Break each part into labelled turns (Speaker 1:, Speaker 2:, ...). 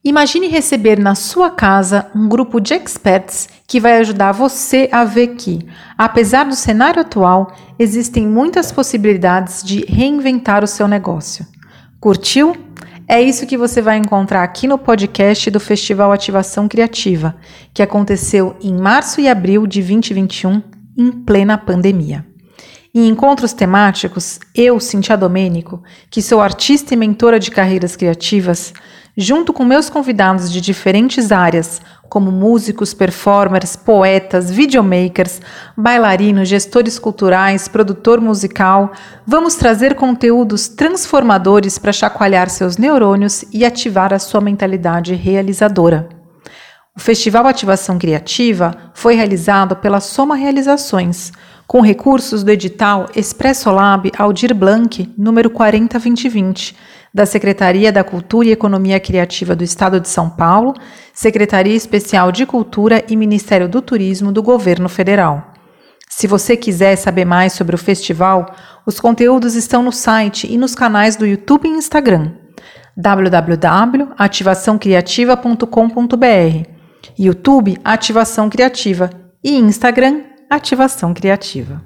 Speaker 1: Imagine receber na sua casa um grupo de experts que vai ajudar você a ver que, apesar do cenário atual, existem muitas possibilidades de reinventar o seu negócio. Curtiu? É isso que você vai encontrar aqui no podcast do Festival Ativação Criativa, que aconteceu em março e abril de 2021, em plena pandemia. Em encontros temáticos, eu, Cintia Domênico, que sou artista e mentora de carreiras criativas, junto com meus convidados de diferentes áreas, como músicos, performers, poetas, videomakers, bailarinos, gestores culturais, produtor musical, vamos trazer conteúdos transformadores para chacoalhar seus neurônios e ativar a sua mentalidade realizadora. O Festival Ativação Criativa foi realizado pela Soma Realizações, com recursos do edital Expresso Lab Aldir Blanc, número 40-2020, da Secretaria da Cultura e Economia Criativa do Estado de São Paulo, Secretaria Especial de Cultura e Ministério do Turismo do Governo Federal. Se você quiser saber mais sobre o festival, os conteúdos estão no site e nos canais do YouTube e Instagram, www.ativaçãocriativa.com.br, YouTube Ativação Criativa e Instagram Ativação Criativa.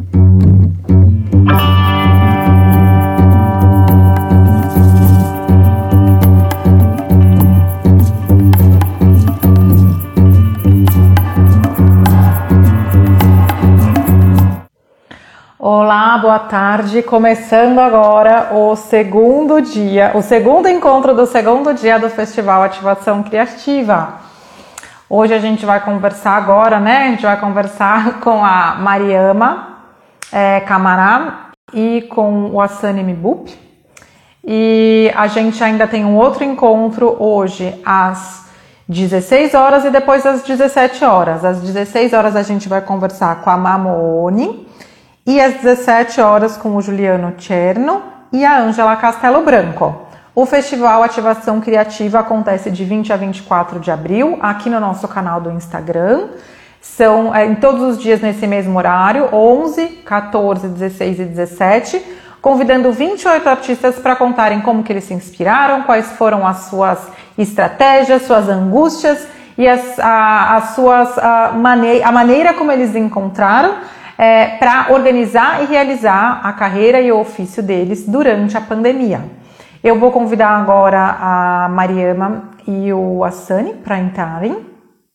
Speaker 1: Olá, boa tarde. Começando agora o segundo encontro do segundo dia do Festival Ativação Criativa. Hoje a gente vai conversar agora, né? A gente vai conversar com a Mariama Camará e com o Hassani Mibup. E a gente ainda tem um outro encontro hoje às 16 horas e depois às 17 horas. Às 16 horas a gente vai conversar com a Mamone e às 17 horas com o Juliano Cherno e a Ângela Castelo Branco. O Festival Ativação Criativa acontece de 20 a 24 de abril, aqui no nosso canal do Instagram. São em todos os dias nesse mesmo horário, 11, 14, 16 e 17, convidando 28 artistas para contarem como que eles se inspiraram, quais foram as suas estratégias, suas angústias e a maneira como eles encontraram para organizar e realizar a carreira e o ofício deles durante a pandemia. Eu vou convidar agora a Mariama e o Hassani para entrarem.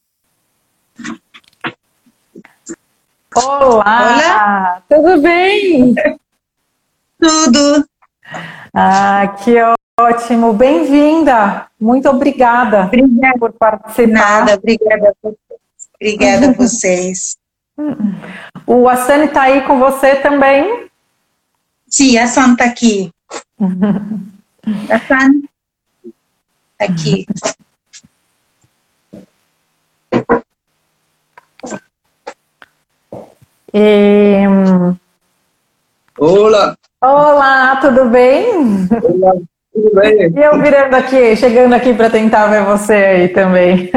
Speaker 1: Olá! Tudo bem?
Speaker 2: Tudo!
Speaker 1: Que ótimo! Bem-vinda! Muito obrigada, por participar.
Speaker 2: Nada, obrigada a vocês.
Speaker 1: O Hassani está aí com você também?
Speaker 2: Sim, a Hassani está aqui. Hassani, aqui.
Speaker 1: Olá, tudo bem?
Speaker 3: Olá, tudo bem?
Speaker 1: E eu chegando aqui para tentar ver você aí também.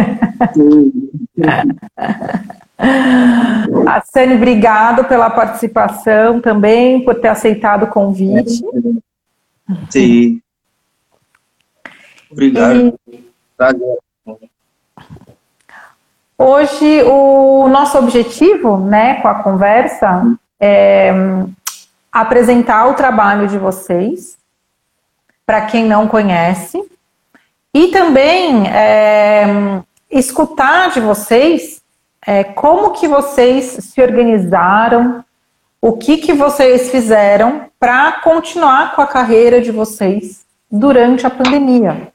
Speaker 1: Hassani, obrigado pela participação também, por ter aceitado o convite.
Speaker 3: Sim. Obrigado.
Speaker 1: Hoje o nosso objetivo, né, com a conversa é apresentar o trabalho de vocês para quem não conhece e também escutar de vocês como que vocês se organizaram, o que vocês fizeram para continuar com a carreira de vocês durante a pandemia.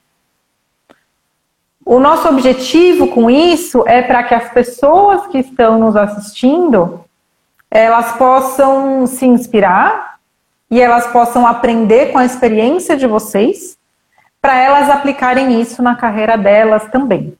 Speaker 1: O nosso objetivo com isso é para que as pessoas que estão nos assistindo, elas possam se inspirar e elas possam aprender com a experiência de vocês, para elas aplicarem isso na carreira delas também.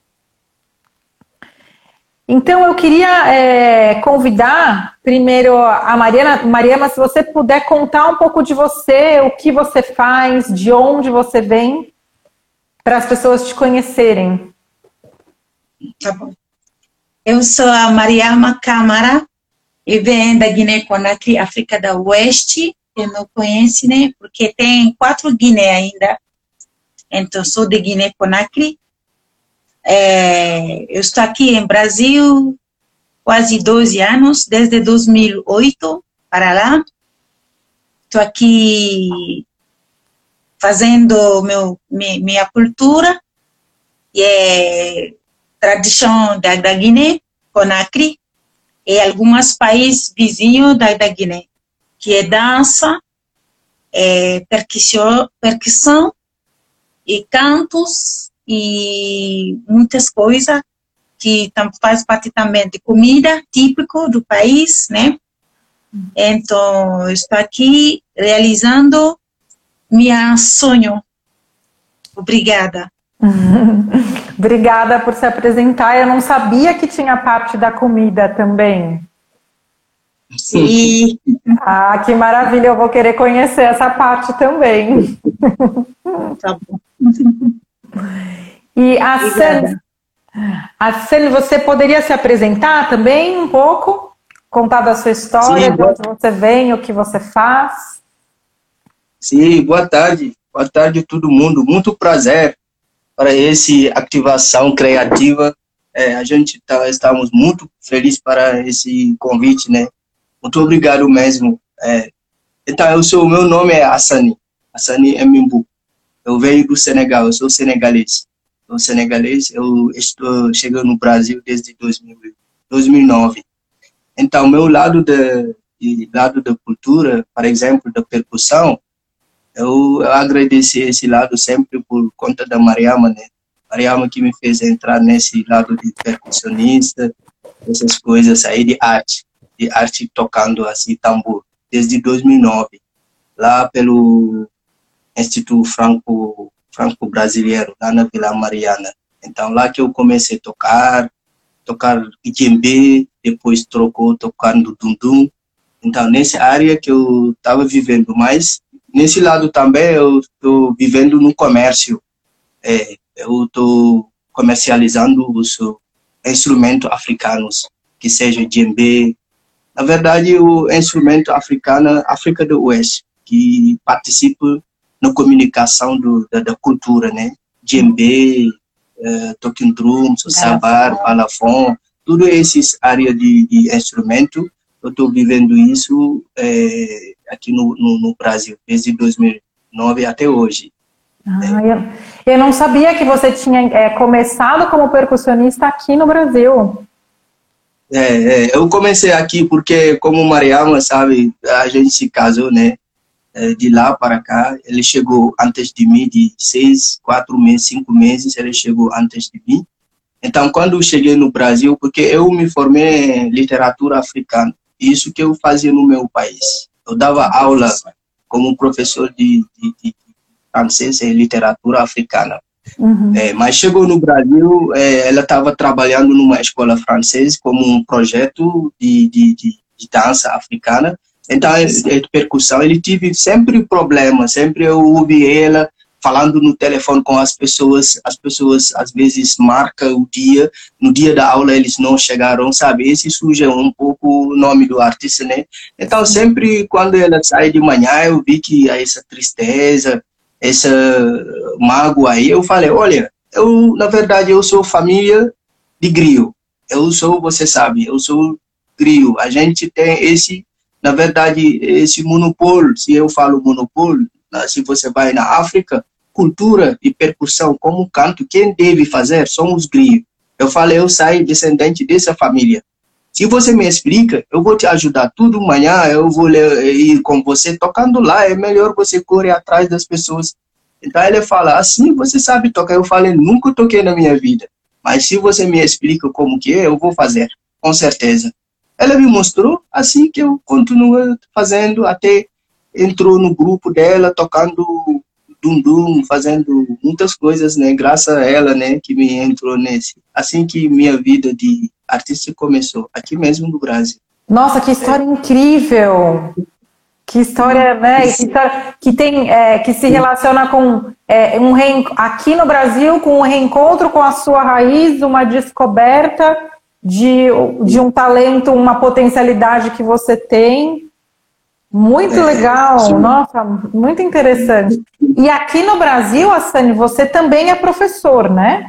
Speaker 1: Então eu queria convidar primeiro a Mariama, se você puder contar um pouco de você, o que você faz, de onde você vem, para as pessoas te conhecerem.
Speaker 2: Tá bom. Eu sou a Mariama Câmara e venho da Guiné-Conakry, África do Oeste. Eu não conheço, né? Porque tem 4 Guiné ainda. então sou de Guiné-Conakry. Eu estou aqui em Brasil quase 12 anos, desde 2008 para lá. Estou aqui fazendo minha cultura, e tradição da Guiné-Conakry, e alguns países vizinhos da Guiné, que é dança, percussão e cantos e muitas coisas que faz parte também de comida típico do país, né? Então, estou aqui realizando meu sonho. Obrigada.
Speaker 1: Obrigada por se apresentar. Eu não sabia que tinha parte da comida também.
Speaker 2: Sim.
Speaker 1: Ah, que maravilha. Eu vou querer conhecer essa parte também.
Speaker 2: Tá bom.
Speaker 1: E a Sani, você poderia se apresentar também um pouco? Contar da sua história,
Speaker 3: Sim,
Speaker 1: de onde você vem, o que você faz?
Speaker 3: Sim, boa tarde a todo mundo. Muito prazer para essa ativação criativa. A gente estamos muito felizes para esse convite, né? Muito obrigado mesmo. Então, o meu nome é Hassani Mimbu. Eu venho do Senegal, eu sou senegalês. Eu estou chegando no Brasil desde 2009. Então, meu lado da cultura, por exemplo, da percussão, eu agradeci esse lado sempre por conta da Mariama, né? Mariama que me fez entrar nesse lado de percussionista, essas coisas aí de arte tocando assim tambor, desde 2009, lá pelo Instituto Franco-Brasileiro, lá na Vila Mariana. Então, lá que eu comecei a tocar djembe, depois trocou tocando dundum. Então, nessa área que eu estava vivendo, mas nesse lado também eu estou vivendo no comércio. Eu estou comercializando os instrumentos africanos, que seja djembe. Na verdade, o instrumento africano, África do Oeste, que participa na comunicação da cultura, né? Djembe, talking drums, sabar, balafon, tudo essas áreas de instrumento. Eu estou vivendo isso aqui no Brasil, desde 2009 até hoje.
Speaker 1: Eu não sabia que você tinha começado como percussionista aqui no Brasil.
Speaker 3: Eu comecei aqui porque, como Mariama sabe, a gente se casou, né? De lá para cá, ele chegou antes de mim, de 4 meses, 5 meses, ele chegou antes de mim. Então, quando eu cheguei no Brasil, porque eu me formei em literatura africana, isso que eu fazia no meu país. Eu dava aula como professor de francês em literatura africana.
Speaker 1: Uhum.
Speaker 3: Mas chegou no Brasil, ela estava trabalhando numa escola francesa como um projeto de dança africana. Então, a percussão, ele tive sempre problema, sempre eu ouvi ela falando no telefone com as pessoas às vezes marcam o dia, no dia da aula eles não chegaram, sabe? Esse suja um pouco o nome do artista, né? Então, sempre quando ela sai de manhã, eu vi que essa tristeza, essa mágoa aí, eu falei, olha, na verdade, eu sou família de griot, você sabe, eu sou griot, a gente tem na verdade, esse monopólio, se eu falo monopólio, se você vai na África, cultura e percussão como canto, quem deve fazer são os griots. Eu falei, eu saio descendente dessa família. Se você me explica, eu vou te ajudar tudo amanhã, eu vou ir com você tocando lá, é melhor você correr atrás das pessoas. Então ele fala, assim você sabe tocar? Eu falei, nunca toquei na minha vida, mas se você me explica como que é, eu vou fazer, com certeza. Ela me mostrou, assim que eu continuo fazendo, até entrou no grupo dela, tocando dundum, fazendo muitas coisas, né? Graças a ela, né, que me entrou nesse. Assim que minha vida de artista começou, aqui mesmo no Brasil.
Speaker 1: Nossa, que história incrível! Que história, né? Que se relaciona com aqui no Brasil, com um reencontro com a sua raiz, uma descoberta de um talento, uma potencialidade que você tem. Muito legal,
Speaker 3: sim.
Speaker 1: nossa, muito interessante. E aqui no Brasil, Hassani, você também é professor, né?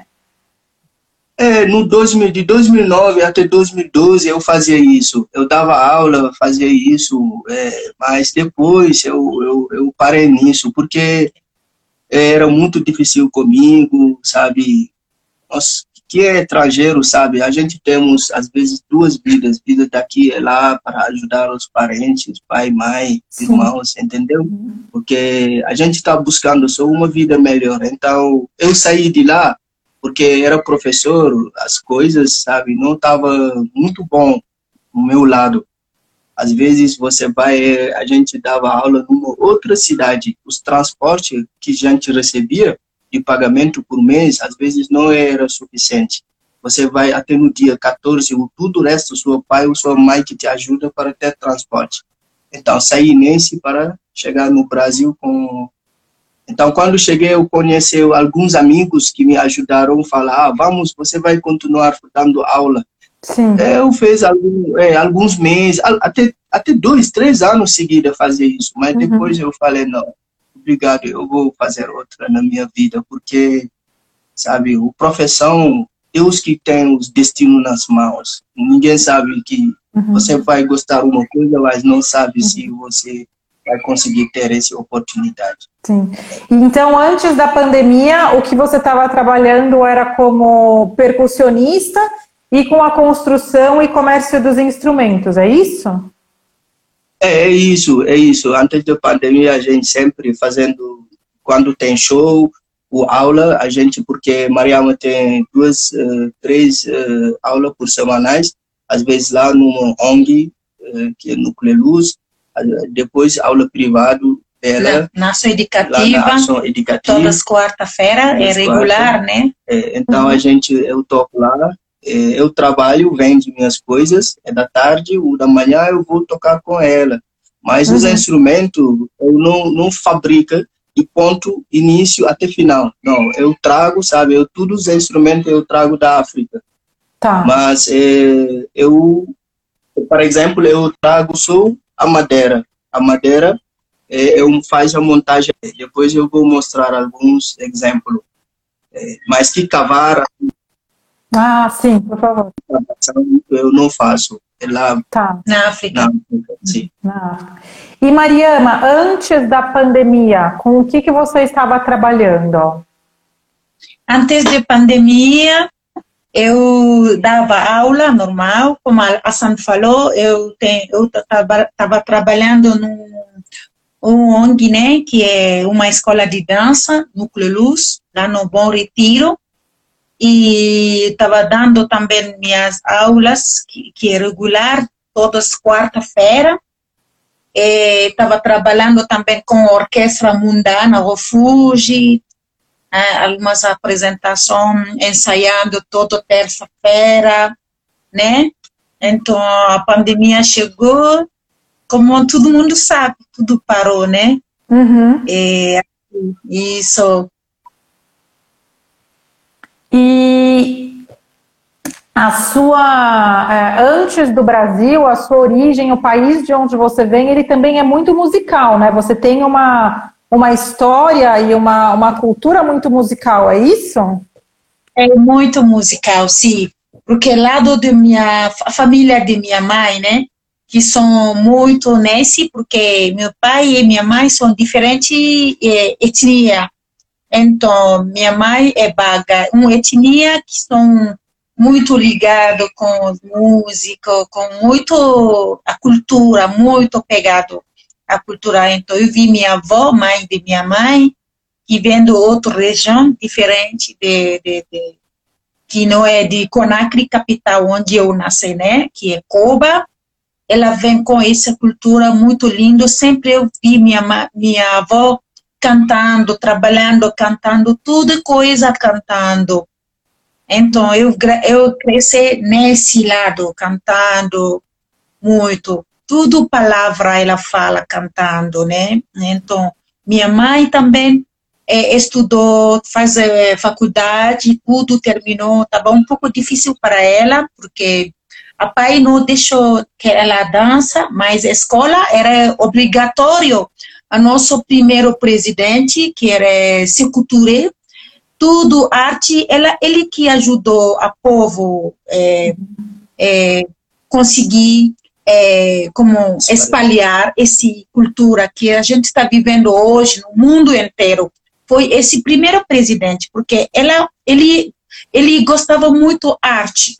Speaker 3: De 2009 até 2012 eu fazia isso. Eu dava aula, fazia isso, mas depois eu parei nisso, porque era muito difícil comigo, sabe? Nós que é estrangeiro, sabe? A gente temos, às vezes, duas vidas. Vida daqui e lá para ajudar os parentes, pai, mãe,
Speaker 1: Sim.
Speaker 3: irmãos, entendeu? Porque a gente está buscando só uma vida melhor. Então, eu saí de lá porque era professor, as coisas, sabe? Não estava muito bom no meu lado. Às vezes você vai, a gente dava aula numa outra cidade, os transportes que a gente recebia de pagamento por mês, às vezes não era suficiente. Você vai até no dia 14, ou tudo o resto, seu pai ou sua mãe que te ajuda para ter transporte. Então, saí nesse para chegar no Brasil com... Então, quando cheguei, eu conheci alguns amigos que me ajudaram a falar, vamos, você vai continuar dando aula.
Speaker 1: Sim.
Speaker 3: Eu fiz alguns meses, até 2, 3 anos seguidos fazer isso, mas depois eu falei, não, obrigado, eu vou fazer outra na minha vida, porque, sabe, a profissão, Deus que tem os destinos nas mãos. Ninguém sabe que você vai gostar de uma coisa, mas não sabe se você vai conseguir ter essa oportunidade.
Speaker 1: Sim. Então, antes da pandemia, o que você estava trabalhando era como percussionista e com a construção e comércio dos instrumentos, é isso?
Speaker 3: É isso. Antes da pandemia, a gente sempre fazendo, quando tem show ou aula, a gente, porque Mariama tem 2, 3 aulas por semanais, às vezes lá no ONG, que é Núcleo Luz, depois aula privada dela.
Speaker 2: Na ação educativa,
Speaker 3: lá na ação educativa,
Speaker 2: todas quarta-feira, é regular, né?
Speaker 3: Então, eu toco lá, eu trabalho, vendo minhas coisas, da tarde ou da manhã eu vou tocar com ela. Mas os instrumentos eu não fabrico de ponto início até final. Não, eu trago, sabe, todos os instrumentos eu trago da África.
Speaker 1: Tá.
Speaker 3: Mas por exemplo, eu trago só a madeira. A madeira, eu faço a montagem, depois eu vou mostrar alguns exemplos. Mas que cavar...
Speaker 1: Ah, sim, por favor.
Speaker 3: Eu não faço. É lá
Speaker 2: na África.
Speaker 3: Sim.
Speaker 1: E Mariama, antes da pandemia, com o que você estava trabalhando?
Speaker 2: Antes da pandemia, eu dava aula normal, como a Hassan falou, eu estava trabalhando num ONG, né, que é uma escola de dança, Núcleo Luz, lá no Bom Retiro, e estava dando também minhas aulas, que é regular, todas quarta-feira. Estava trabalhando também com a Orquestra Mundana, Refúgio, algumas apresentações, ensaiando toda terça-feira, né? Então, a pandemia chegou, como todo mundo sabe, tudo parou, né? Isso.
Speaker 1: E a sua, antes do Brasil, a sua origem, o país de onde você vem, ele também é muito musical, né? Você tem uma história e uma cultura muito musical, é isso?
Speaker 2: É muito musical, sim. Porque lado a família de minha mãe, né? Que são muito nesse, porque meu pai e minha mãe são diferentes etnias. Então, minha mãe é Baga, uma etnia que são muito ligados com os músicos, com muito a cultura, muito pegado à cultura. Então, eu vi minha avó, mãe de minha mãe, que vem de outra região diferente que não é de Conakry, capital onde eu nasci, né? Que é Koba. Ela vem com essa cultura muito linda. Sempre eu vi minha avó cantando, trabalhando, cantando, tudo coisa cantando. Então, eu cresci nesse lado, cantando muito. Tudo palavra ela fala cantando, né? Então, minha mãe também estudou, faz faculdade, tudo terminou. Estava um pouco difícil para ela, porque A pai não deixou que ela dança, mas a escola era obrigatório. O nosso primeiro presidente, que era Sékou Touré, tudo arte, ele que ajudou a povo conseguir como espalhar essa cultura que a gente está vivendo hoje no mundo inteiro. Foi esse primeiro presidente, porque ele gostava muito arte,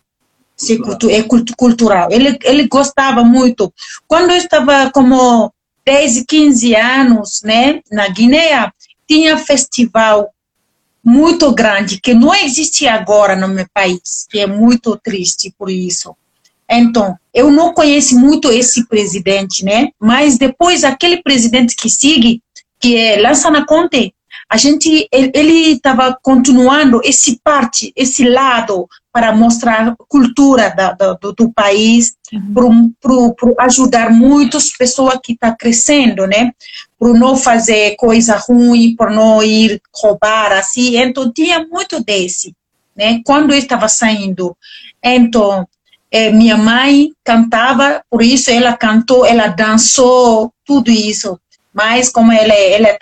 Speaker 2: cultural. Ele gostava muito. Quando eu estava como 10, 15 anos, né, na Guiné, tinha festival muito grande, que não existe agora no meu país, que é muito triste por isso. Então, eu não conheço muito esse presidente, né? Mas depois, aquele presidente que segue, que é Lansana Conté, ele estava continuando esse lado para mostrar a cultura do país, para ajudar muitas pessoas que estão crescendo, né? Para não fazer coisa ruim, para não ir roubar, assim. Então, tinha muito desse, né? Quando eu estava saindo. Então, minha mãe cantava, por isso ela cantou, ela dançou, tudo isso. Mas como ela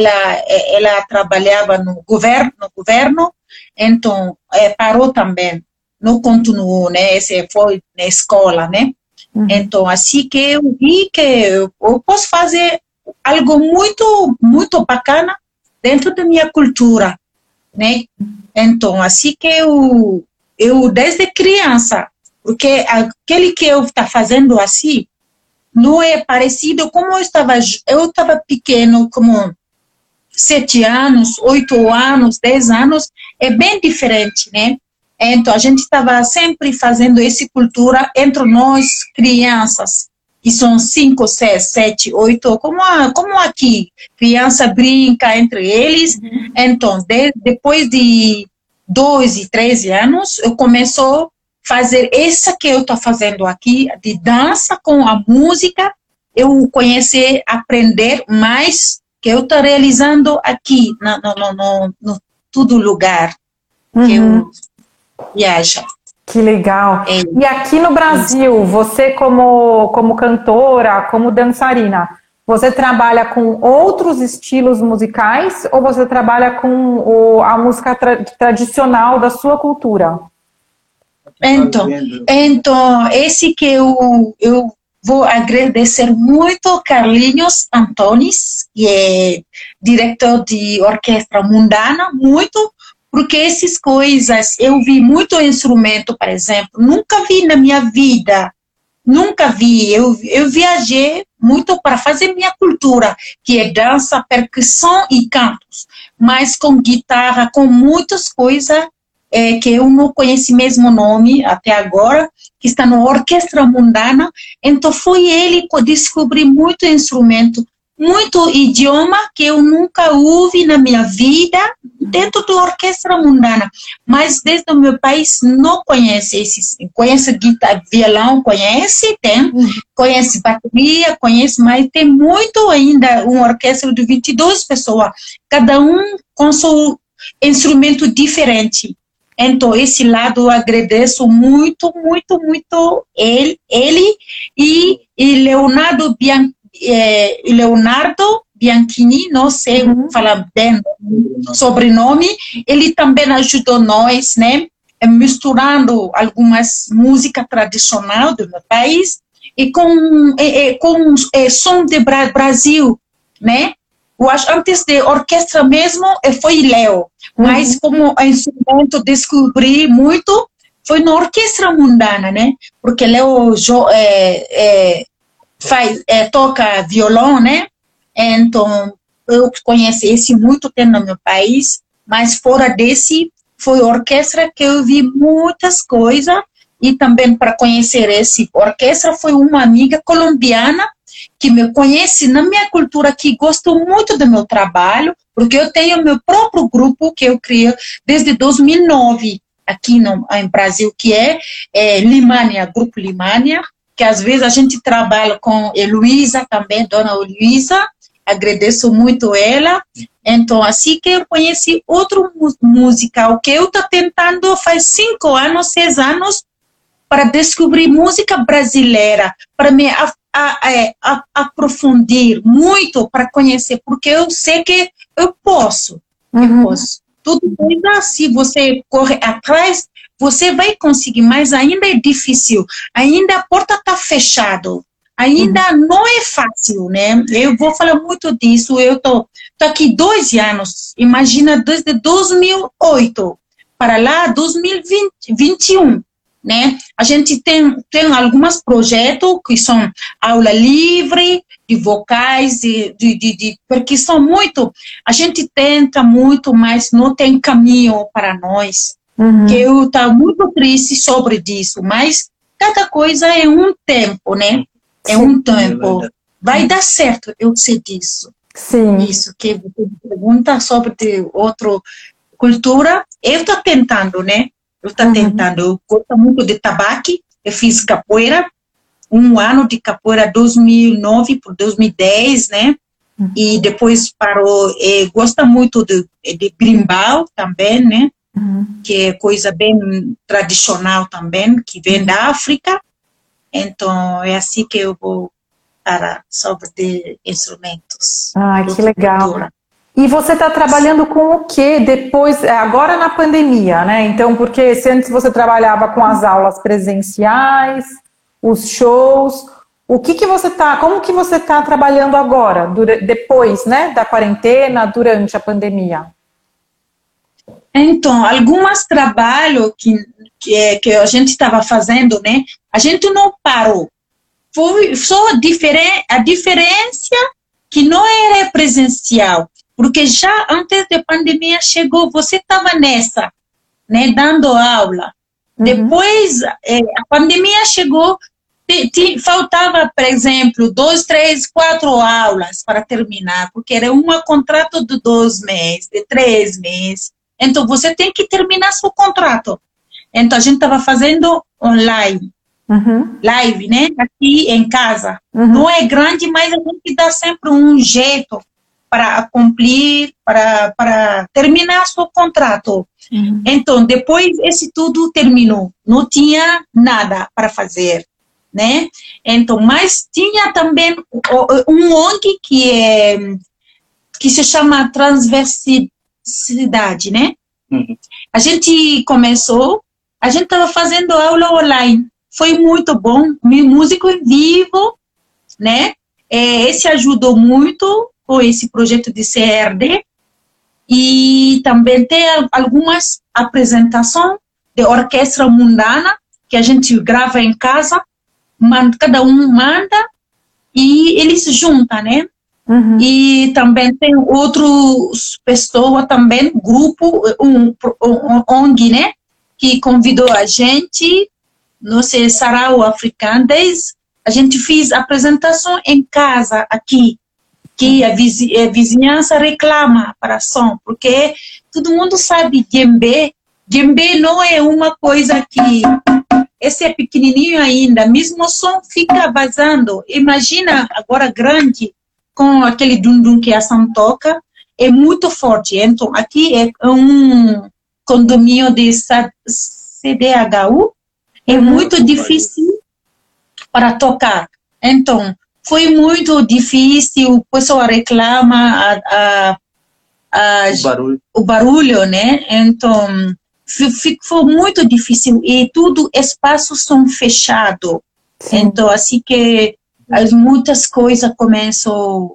Speaker 2: trabalhava no governo, então parou também, não continuou, né? Esse foi na escola, né? Então assim que eu vi que eu posso fazer algo muito muito bacana dentro da minha cultura, né? Então assim que eu desde criança, porque aquele que eu está fazendo assim não é parecido como eu estava pequeno, como 7 anos, 8 anos, 10 anos, é bem diferente, né? Então, a gente estava sempre fazendo essa cultura entre nós, crianças, que são 5, 6, 7, 8, como aqui, criança brinca entre eles. Então, depois de 12, 13 anos, eu começou fazer essa que eu estou fazendo aqui, de dança com a música, eu conhecer, aprender mais, que eu estou realizando aqui, no todo lugar que eu viajo.
Speaker 1: Que legal. E aqui no Brasil, você como cantora, como dançarina, você trabalha com outros estilos musicais ou você trabalha com a música tradicional da sua cultura?
Speaker 2: Então, esse que eu vou agradecer muito Carlinhos Antunes, que é diretor de orquestra mundana, muito, porque essas coisas, eu vi muito instrumento, por exemplo, nunca vi na minha vida, nunca vi, eu viajei muito para fazer minha cultura, que é dança, percussão e cantos, mas com guitarra, com muitas coisas, que eu não conheci mesmo o nome até agora, que está na Orquestra Mundana. Então foi ele que descobri muito instrumento, muito idioma que eu nunca ouvi na minha vida dentro da Orquestra Mundana. Mas desde o meu país não conhece esses, conhece guitarra, violão, conhece bateria, conhece, mas tem muito ainda uma orquestra de 22 pessoas, cada um com seu instrumento diferente. Então, esse lado eu agradeço muito, muito, muito ele e Leonardo Bianchini, não sei falar bem o sobrenome, ele também ajudou nós, né, misturando algumas músicas tradicionais do meu país e com som de Brasil, né? Eu acho, antes de orquestra mesmo, foi Léo, mas como instrumento descobri muito, foi na Orquestra Mundana, né? Porque Léo toca violão, né? Então, eu conheço esse muito tempo no meu país, mas fora desse, foi orquestra que eu vi muitas coisas, e também para conhecer esse orquestra, foi uma amiga colombiana, que me conhece na minha cultura, que gosta muito do meu trabalho, porque eu tenho meu próprio grupo que eu criei desde 2009 aqui em Brasil, que é Limânia, Grupo Limânia, que às vezes a gente trabalha com Heloísa também, Dona Heloísa, agradeço muito ela. Então, assim que eu conheci outro musical que eu estou tentando faz 5 anos, 6 anos, para descobrir música brasileira, para me aprofundir muito, para conhecer, porque eu sei que eu posso. Eu posso. Tudo bem, se você corre atrás, você vai conseguir, mas ainda é difícil, ainda a porta está fechada, ainda não é fácil, né? Eu vou falar muito disso, eu tô aqui 2 anos, imagina, desde 2008 para lá, 2021, né? A gente tem alguns projetos que são aula livre, de vocais, porque são muito, a gente tenta muito, mas não tem caminho para nós. Que eu estou muito triste sobre isso, mas cada coisa é um tempo, né? É um tempo. Vai dar certo, eu sei disso.
Speaker 1: Sim.
Speaker 2: Isso que você pergunta sobre outra cultura, eu estou tentando, né? Eu gosto muito de tabaco, eu fiz capoeira, 1 ano de capoeira, 2009 por 2010, né? E depois parou, gosto muito de berimbau também, né? Que é coisa bem tradicional também, que vem da África. Então, é assim que eu vou falar sobre de instrumentos.
Speaker 1: Ah, que legal. Cultura. E você está trabalhando com o que depois, agora na pandemia, né? Então, porque se antes você trabalhava com as aulas presenciais, os shows, como que você está trabalhando agora, depois, né, da quarentena, durante a pandemia?
Speaker 2: Então, alguns trabalhos que a gente estava fazendo, né? A gente não parou. Foi só a diferença que não era presencial. Porque já antes da pandemia chegou, você estava nessa, né? Dando aula. Depois, a pandemia chegou, faltava, por exemplo, 2, 3, 4 aulas para terminar. Porque era um contrato de 2 meses, de 3 meses. Então, você tem que terminar seu contrato. Então, a gente estava fazendo online. Live, né? Aqui em casa. Não é grande, mas a gente dá sempre um jeito para cumprir, para terminar seu contrato. Então, depois, esse tudo terminou. Não tinha nada para fazer, né? Então, mas tinha também um ONG que se chama Transversidade, né? A gente começou, a gente estava fazendo aula online, foi muito bom, músico em vivo, né? Esse ajudou muito com esse projeto de CRD, e também tem algumas apresentações de orquestra mundana, que a gente grava em casa, cada um manda, e eles se juntam, né? E também tem outras pessoas também, grupo, ONG, né? Que convidou a gente, não sei, Sarau Africandes, a gente fez apresentação em casa aqui, que a vizinhança reclama para som, porque todo mundo sabe djembe. Djembe não é uma coisa que... Esse é pequenininho ainda, mesmo o som fica vazando. Imagina agora grande, com aquele dum-dum que a Sam toca, é muito forte. Então, aqui é um condomínio de CDHU, é muito difícil para tocar. Então, foi muito difícil, o pessoal reclama o barulho, né? Então, ficou muito difícil e tudo, espaços são fechados. Então, assim que muitas coisas começam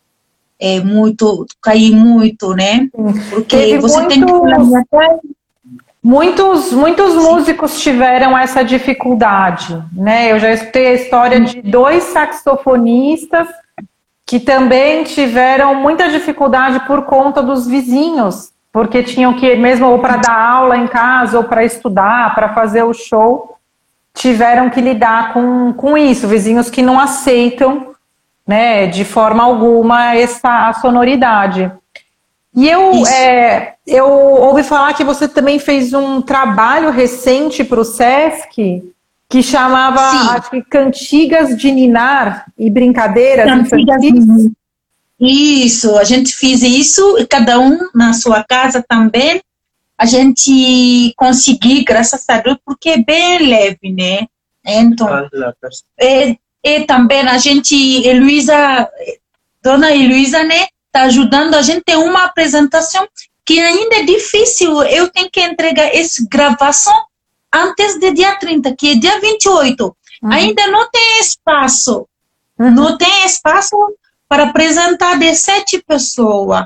Speaker 2: cair muito, né? Porque você tem que falar.
Speaker 1: Muitos músicos tiveram essa dificuldade, né? Eu já escutei a história de 2 saxofonistas que também tiveram muita dificuldade por conta dos vizinhos, porque tinham que, mesmo ou para dar aula em casa, ou para estudar, para fazer o show, tiveram que lidar com isso, vizinhos que não aceitam, né, de forma alguma a sonoridade. E eu ouvi falar que você também fez um trabalho recente para o Sesc, que chamava, acho que, Cantigas de Ninar e Brincadeiras Infantis.
Speaker 2: Isso, a gente fez isso, cada um na sua casa também, a gente conseguir, graças a Deus, porque é bem leve, né? Então, e também a gente, Dona Heloísa, né, tá ajudando a gente. Tem uma apresentação que ainda é difícil, eu tenho que entregar essa gravação antes do dia 30, que é dia 28. Ainda não tem espaço. Não tem espaço para apresentar de 7 pessoas.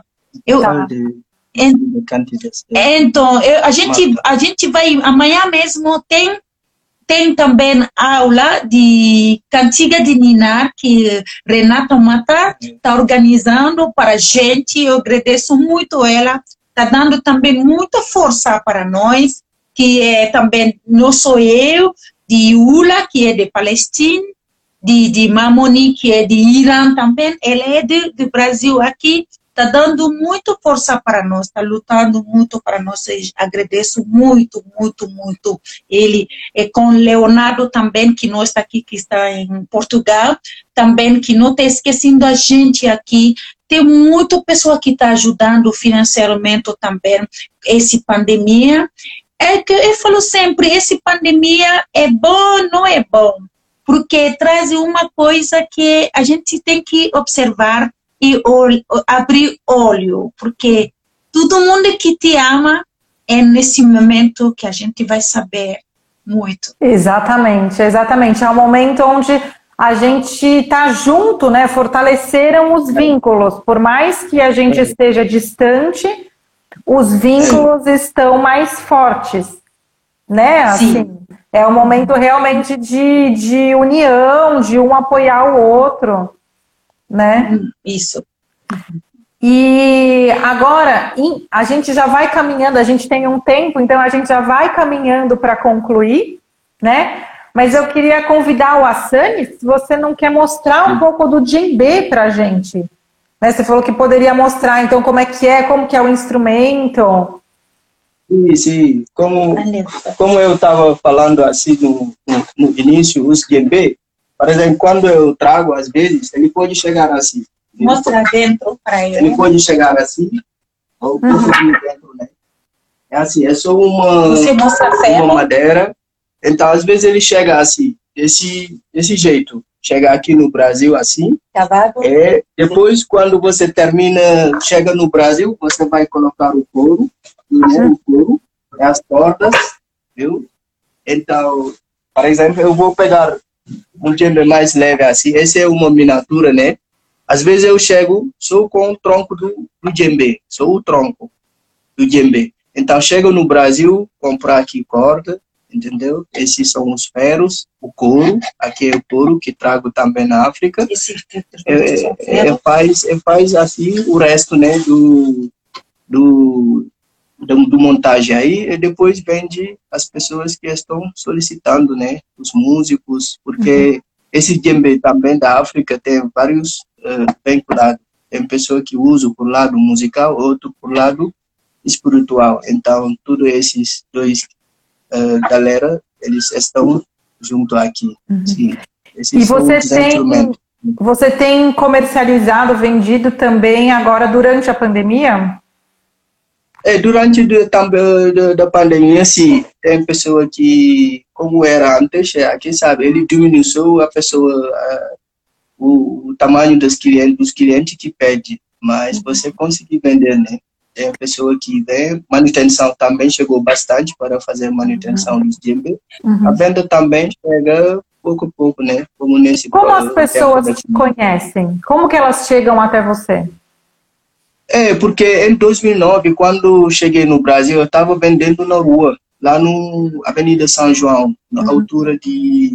Speaker 2: Então, a gente vai, amanhã mesmo tem também aula de cantiga de ninar, que Renata Mata está organizando para a gente. Eu agradeço muito ela. Está dando também muita força para nós, que é também, não sou eu, de Ula, que é de Palestina, de Mamoni, que é de Irã também. Ela é do Brasil aqui. Está dando muito força para nós, está lutando muito para nós. Eu agradeço muito, muito, muito. Ele é com Leonardo também, que não está aqui, que está em Portugal, também, que não está esquecendo a gente aqui. Tem muita pessoa que está ajudando financeiramente também essa pandemia. É que eu falo sempre, essa pandemia é bom, não é bom, porque traz uma coisa que a gente tem que observar e abrir olho, porque todo mundo que te ama é nesse momento que a gente vai saber muito.
Speaker 1: Exatamente, exatamente. É um momento onde a gente está junto, né? Fortaleceram os vínculos. Por mais que a gente esteja distante, os vínculos estão mais fortes, né? Assim, é um momento realmente de união, de um apoiar o outro, né?
Speaker 2: Isso.
Speaker 1: E agora, a gente já vai caminhando, a gente tem um tempo, então a gente já vai caminhando para concluir, né? Mas eu queria convidar o Hassani, se você não quer mostrar um pouco do djembe para a gente. Né? Você falou que poderia mostrar, então, como que é o instrumento.
Speaker 3: Sim. Como eu estava falando assim no início, os djembe, por exemplo, quando eu trago, às vezes, ele pode chegar assim.
Speaker 2: Mostra dentro para ele.
Speaker 3: Ele pode chegar assim, ou dentro, né? É assim, é só uma madeira. Então, às vezes, ele chega assim, desse jeito. Chega aqui no Brasil assim. Depois, quando você chega no Brasil, você vai colocar o couro, o couro, as cordas, viu? Então, por exemplo, eu vou pegar um djembe mais leve assim. Essa é uma miniatura, né? Às vezes eu chego só com o tronco do djembe, só o tronco do djembe. Então, chego no Brasil, comprar aqui corda, entendeu? Esses são os ferros, o couro, aqui é o couro que trago também na África. Faz assim o resto, né, do montagem aí, e depois vende as pessoas que estão solicitando, né, os músicos, porque esse djembe também da África tem vários vinculados. Tem pessoa que usa por lado musical, outro por lado espiritual. Então, todos esses dois galera, eles estão junto aqui. Sim.
Speaker 1: E você tem comercializado, vendido também agora durante a pandemia?
Speaker 3: Durante da pandemia, sim. Tem pessoa que, como era antes, quem sabe, ele diminuiu a pessoa, o tamanho dos clientes que pede, mas você conseguir vender, né? Tem a pessoa que vem, manutenção também chegou bastante para fazer manutenção dos djembe. A venda também chega pouco a pouco, né?
Speaker 1: Como as pessoas te conhecem? Como que elas chegam até você?
Speaker 3: Porque em 2009, quando cheguei no Brasil, eu estava vendendo na rua, lá no Avenida São João, na altura de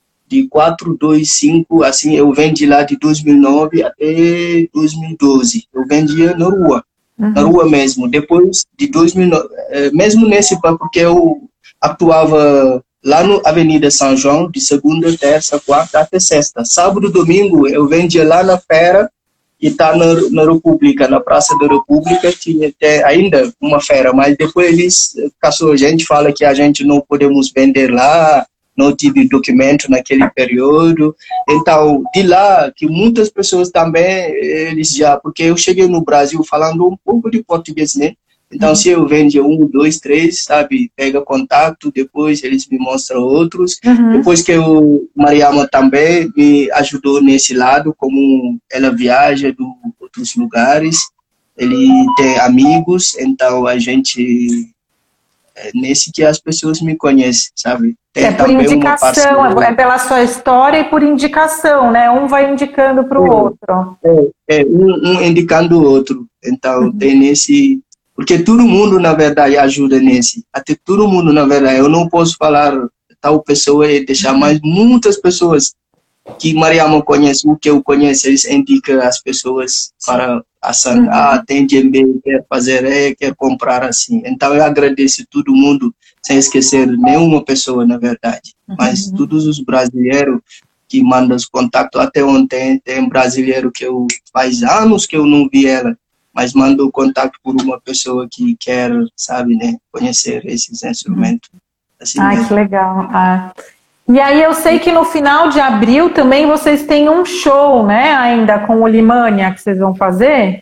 Speaker 3: 425, assim, eu vendi lá de 2009 até 2012. Eu vendia na rua. Na rua mesmo. Depois de 2009, mesmo nesse banco, porque eu atuava lá no Avenida São João, de segunda, terça, quarta até sexta. Sábado, domingo, eu vendia lá na feira, que está na República, na Praça da República, tinha ainda uma feira, mas depois eles caçou a gente, fala que a gente não podemos vender lá, não tive documento naquele período. Então, de lá, que muitas pessoas também, eles já, porque eu cheguei no Brasil falando um pouco de português, né? Então, se eu vendo 1, 2, 3, sabe, pega contato, depois eles me mostram outros. Depois que o Mariama também me ajudou nesse lado, como ela viaja de outros lugares, ele tem amigos, então a gente... É nesse que as pessoas me conhecem, sabe? Tem
Speaker 1: por indicação, é pela sua história e por indicação, né? Um vai indicando para o outro.
Speaker 3: Um indicando o outro. Então, tem nesse... Porque todo mundo, na verdade, ajuda nesse. Até todo mundo, na verdade. Eu não posso falar tal pessoa e deixar mais muitas pessoas que Mariama conhece, o que eu conheço, eles indicam as pessoas para ação. Tem djembe, quer fazer, quer comprar assim. Então eu agradeço todo mundo, sem esquecer nenhuma pessoa, na verdade. Mas todos os brasileiros que mandam os contatos, até ontem tem brasileiro que faz anos que eu não vi ela, mas mandou contato por uma pessoa que quer, sabe, né, conhecer esses instrumentos. Assim
Speaker 1: que legal. E aí eu sei que no final de abril também vocês têm um show, né, ainda com o Limânia, que vocês vão fazer?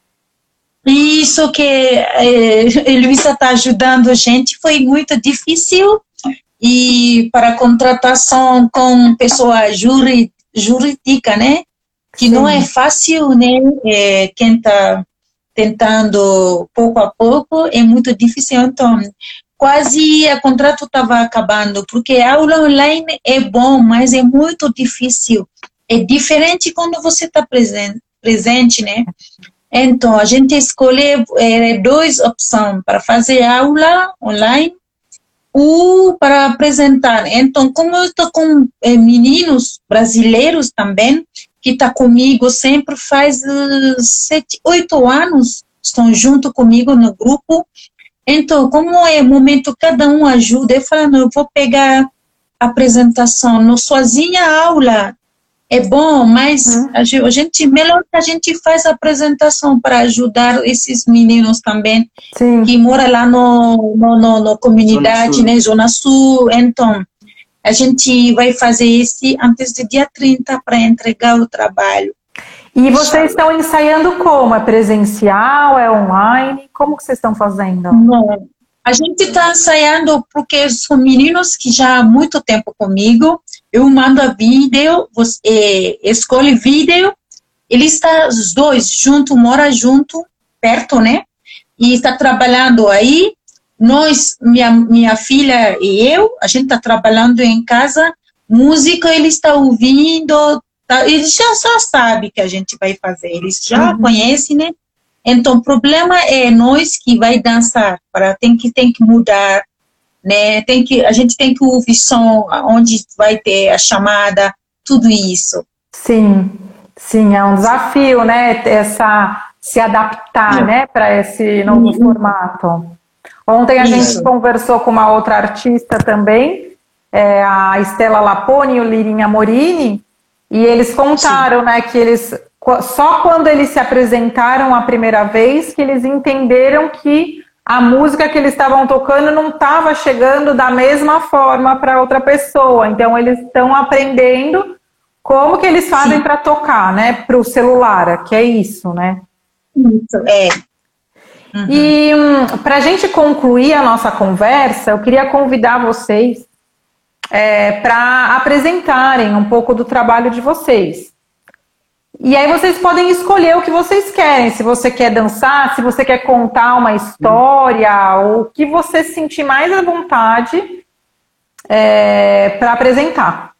Speaker 2: Isso que Luísa está ajudando a gente, foi muito difícil, e para a contratação com pessoa jurídica, né, que não é fácil, né, quem está tentando pouco a pouco, é muito difícil, então... Quase o contrato estava acabando, porque a aula online é bom, mas é muito difícil. É diferente quando você está presente, né? Então, a gente escolhe 2 opções, para fazer aula online ou para apresentar. Então, como eu estou com meninos brasileiros também, que estão comigo sempre faz 7, 8 anos, estão junto comigo no grupo. Então, como é o momento, cada um ajuda, eu falo, não, eu vou pegar a apresentação, não sozinha a aula, é bom, mas a gente, melhor que a gente faz a apresentação para ajudar esses meninos também, que moram lá na comunidade, né, Zona Sul. Então, a gente vai fazer esse antes do dia 30 para entregar o trabalho.
Speaker 1: E vocês estão ensaiando como? É presencial? É online? Como que vocês estão fazendo?
Speaker 2: Não, a gente está ensaiando porque são meninos que já há muito tempo comigo. Eu mando a vídeo, você escolhe vídeo. Eles estão os dois juntos, moram junto, perto, né? E está trabalhando aí. Nós, minha filha e eu, a gente está trabalhando em casa. Música, ele está ouvindo. Eles já sabem que a gente vai fazer, eles já conhecem, né? Então, o problema é nós que vai dançar, tem que mudar, né? A gente tem que ouvir som, onde vai ter a chamada, tudo isso.
Speaker 1: Sim, é um desafio, né? Se adaptar, né? Para esse novo formato. Ontem a gente conversou com uma outra artista também, a Estela Lapone e o Lirinha Morini. E eles contaram, né, que só quando eles se apresentaram a primeira vez que eles entenderam que a música que eles estavam tocando não estava chegando da mesma forma para outra pessoa. Então eles estão aprendendo como que eles fazem para tocar, né, para o celular, que é isso, né?
Speaker 2: Isso,
Speaker 1: E para a gente concluir a nossa conversa, eu queria convidar vocês para apresentarem um pouco do trabalho de vocês. E aí vocês podem escolher o que vocês querem, se você quer dançar, se você quer contar uma história, o que você sentir mais à vontade para apresentar.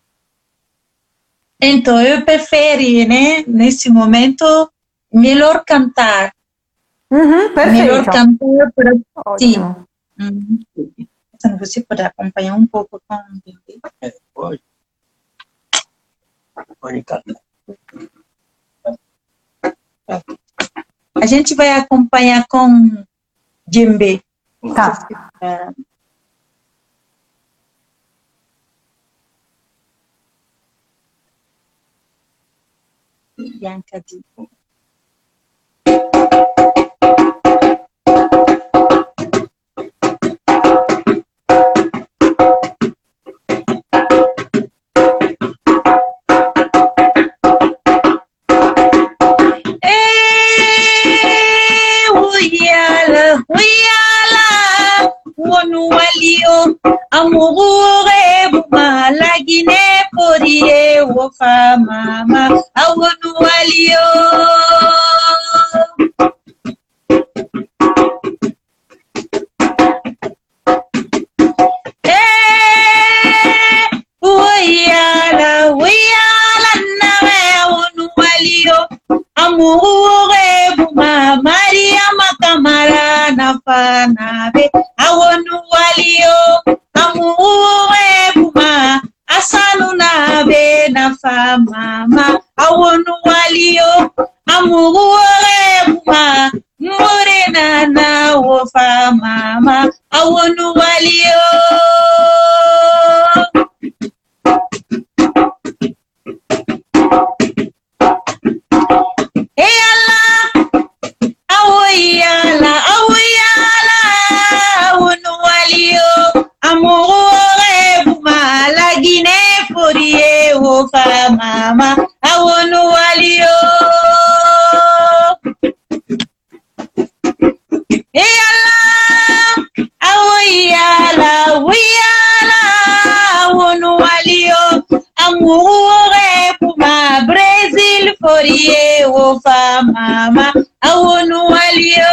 Speaker 2: Então, eu prefiro, né, nesse momento, melhor cantar.
Speaker 1: Perfeito.
Speaker 2: Melhor cantar para...
Speaker 1: Ótimo.
Speaker 2: Então, você pode acompanhar um pouco com o bebê?
Speaker 3: Pode. Pode cantar.
Speaker 2: A gente vai acompanhar com djembe.
Speaker 1: Tá.
Speaker 2: Bianca de... amore buma lagine porie wofa mama awonu walio. Uyala nawe awonu walio amure buma Maria makamara nafanabe awonu walio amure buma asanu nabe nafa mama awonu walio amure buma morena na wofa mama awonu walio. Awuyala, awonu walio, amore buma lagine porie wofa mama, awonu walio. Awuyala, awonu walio, amore buma Brazil porie wofa mama, awonu walio.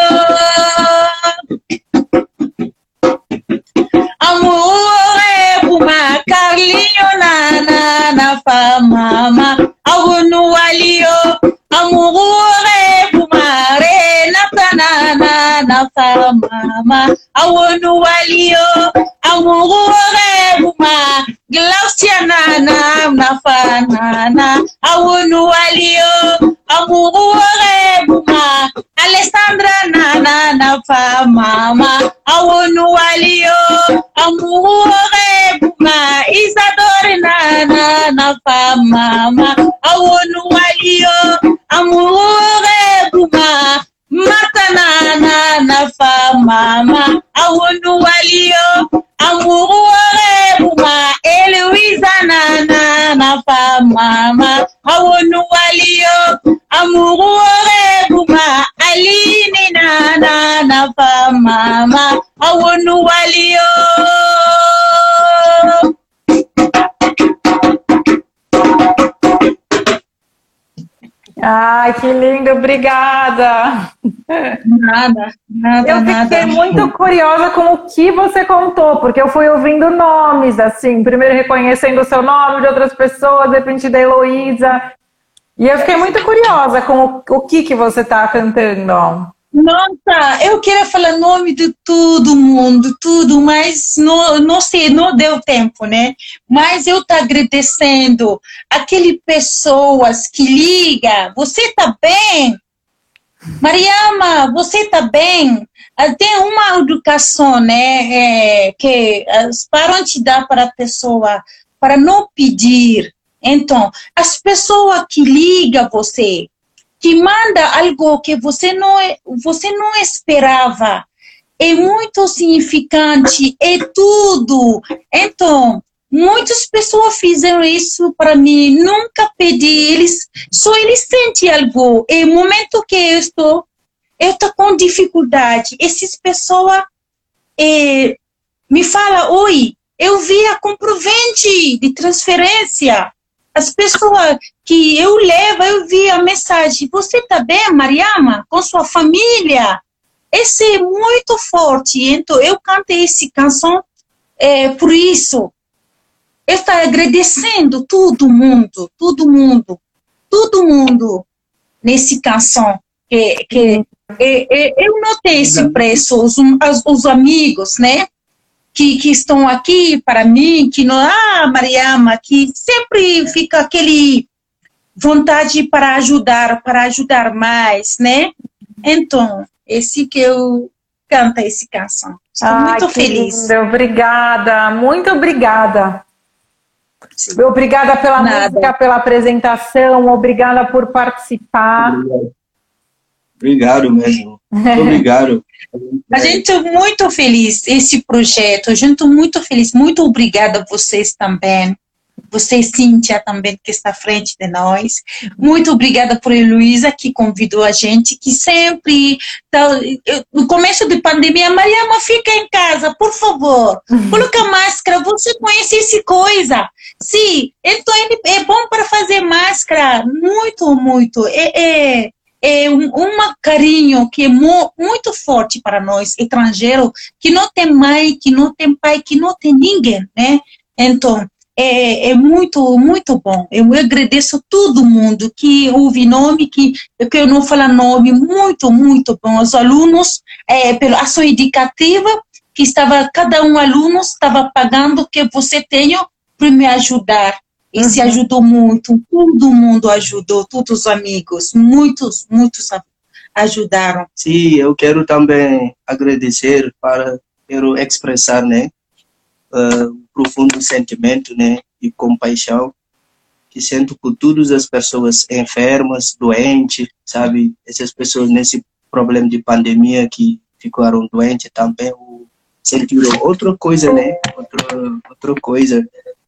Speaker 2: Amore buma Carlinho na fa mama, awonu walio. Amore buma Renata na fa mama, awonu walio. Amore buma Glaucia na fa nana, awonu walio. Amore buma Alessandra na fa mama, awonu walio. Amore buma Isadore na fa mama, awonu walio. Amore buma Marta na fa mama, awonu walio. Amore buma Eloisa na fa mama, awonu walio. Amore buma Aline na fa mama, awonu walio.
Speaker 1: Ai, que lindo, obrigada.
Speaker 2: Nada.
Speaker 1: Eu fiquei muito curiosa com o que você contou, porque eu fui ouvindo nomes, assim, primeiro reconhecendo o seu nome de outras pessoas, de repente da Heloísa, e eu fiquei muito curiosa com o que você está cantando.
Speaker 2: Nossa, eu queria falar nome de todo mundo, tudo, mas não sei, não deu tempo, né? Mas eu tô agradecendo aquelas pessoas que ligam. Você tá bem? Mariama, você tá bem? Tem uma educação, né, que os parentes dão para a pessoa, para não pedir. Então, as pessoas que ligam você, que manda algo que você não esperava, é muito significante, é tudo. Então, muitas pessoas fizeram isso para mim, nunca pedi, eles sentem algo. É o momento que eu estou com dificuldade. Essas pessoas me falam, oi, eu vi a comprovante de transferência. As pessoas que eu levo, eu vi a mensagem. Você está bem, Mariama? Com sua família? Esse é muito forte. Então, eu cantei essa canção por isso. Eu estou agradecendo todo mundo nessa canção. Eu não tenho esse preço, os amigos, né? Que estão aqui para mim, que não, Mariama, que sempre fica aquele vontade para ajudar mais, né? Então, esse que eu canto essa canção. Estou muito feliz.
Speaker 1: Linda. Obrigada, muito obrigada. Sim. Obrigada pela música, pela apresentação, obrigada por participar.
Speaker 3: Obrigado mesmo. Muito obrigado.
Speaker 2: A gente é muito feliz esse projeto, a gente é muito feliz. Muito obrigada a vocês também. você, Cíntia, também, que está à frente de nós. Muito obrigada por Heloísa, que convidou a gente, que sempre, no começo da pandemia, Mariama, fica em casa, por favor, coloca máscara, você conhece essa coisa. Sim, então é bom para fazer máscara, muito. É um carinho que é muito forte para nós, estrangeiros, que não tem mãe, que não tem pai, que não tem ninguém, né? Então, é muito bom. Eu agradeço todo mundo que ouve nome, que eu não falo nome, muito bom. Os alunos, pela ação educativa, que cada aluno estava pagando, que você tenha para me ajudar. E se ajudou muito, todo mundo ajudou, todos os amigos, muitos ajudaram.
Speaker 3: Sim, eu quero também agradecer, quero expressar, né, um profundo sentimento, né, de compaixão que sinto por todas as pessoas enfermas, doentes, sabe, essas pessoas nesse problema de pandemia que ficaram doentes também, sentiram outra coisa, né, outra coisa.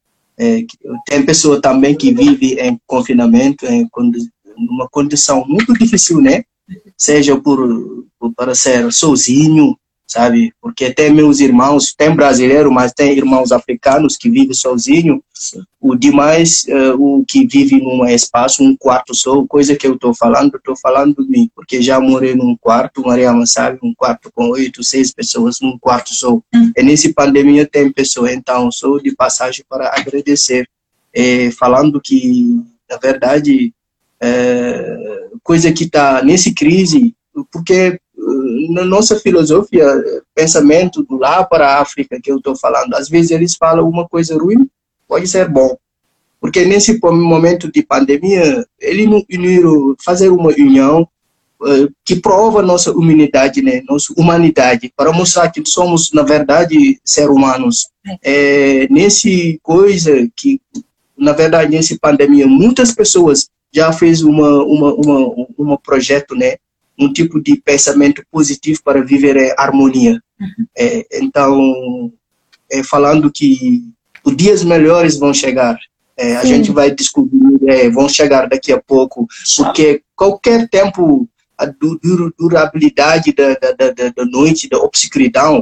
Speaker 3: Tem pessoa também que vive em confinamento, numa condição muito difícil, né? Seja para ser sozinho, sabe? Porque tem meus irmãos, tem brasileiro, mas tem irmãos africanos que vivem sozinho. O demais, o que vive num espaço, um quarto só, coisa que eu estou falando de mim, porque já morei num quarto, Mariama sabe, um quarto com 8, 6 pessoas num quarto só. E nesse pandemia tem pessoas, então sou de passagem para agradecer, falando que, na verdade, coisa que está nessa crise, porque na nossa filosofia, pensamento do lá para a África que eu estou falando, às vezes eles falam uma coisa ruim, pode ser bom, porque nesse momento de pandemia, eles uniram, fazer uma união que prova nossa humanidade, né, nossa humanidade, para mostrar que somos, na verdade, seres humanos. Nesse coisa que, na verdade, nesse pandemia, muitas pessoas já fez um projeto, né, um tipo de pensamento positivo para viver em harmonia. Então, falando que os dias melhores vão chegar, a gente vai descobrir, vão chegar daqui a pouco, porque qualquer tempo, a durabilidade da noite, da obscuridão,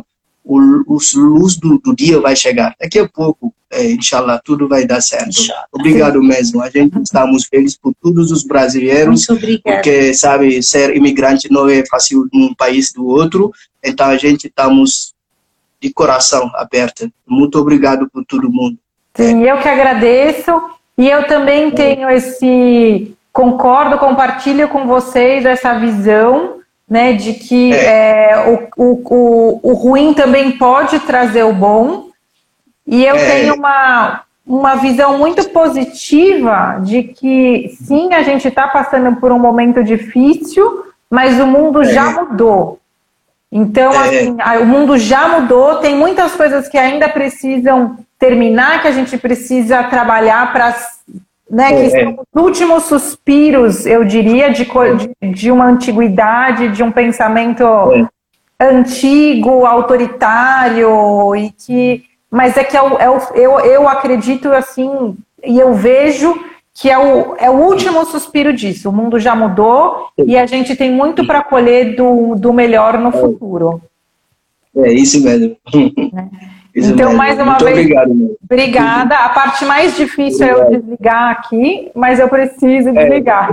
Speaker 3: luz do dia vai chegar. Daqui a pouco, inshallah, tudo vai dar certo. Obrigado mesmo. A gente estamos felizes por todos os brasileiros, porque, sabe, ser imigrante não é fácil num país do outro, então a gente estamos de coração aberto. Muito obrigado por todo mundo.
Speaker 1: Sim, eu que agradeço, e eu também tenho compartilho com vocês essa visão, né, de que o ruim também pode trazer o bom, e eu tenho uma visão muito positiva de que sim, a gente está passando por um momento difícil, mas o mundo já mudou. Então, assim, o mundo já mudou, tem muitas coisas que ainda precisam terminar, que a gente precisa trabalhar para... que são os últimos suspiros, eu diria, de uma antiguidade, de um pensamento antigo, autoritário, mas é que eu acredito assim, e eu vejo que é o último suspiro disso. O mundo já mudou e a gente tem muito para colher do melhor no futuro.
Speaker 3: É isso mesmo.
Speaker 1: Isso então, mesmo. Mais uma muito vez, obrigada. A parte mais difícil é eu desligar aqui, mas eu preciso desligar.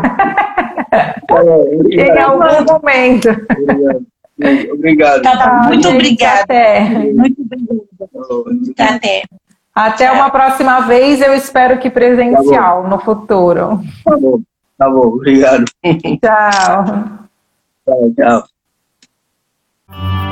Speaker 1: Em algum momento.
Speaker 3: Obrigado.
Speaker 2: Tá, muito obrigada.
Speaker 1: Até.
Speaker 2: Muito obrigada. Até.
Speaker 1: Até uma próxima vez, eu espero que presencial no futuro.
Speaker 3: Tá bom. Obrigado.
Speaker 1: Tchau.
Speaker 3: Tchau.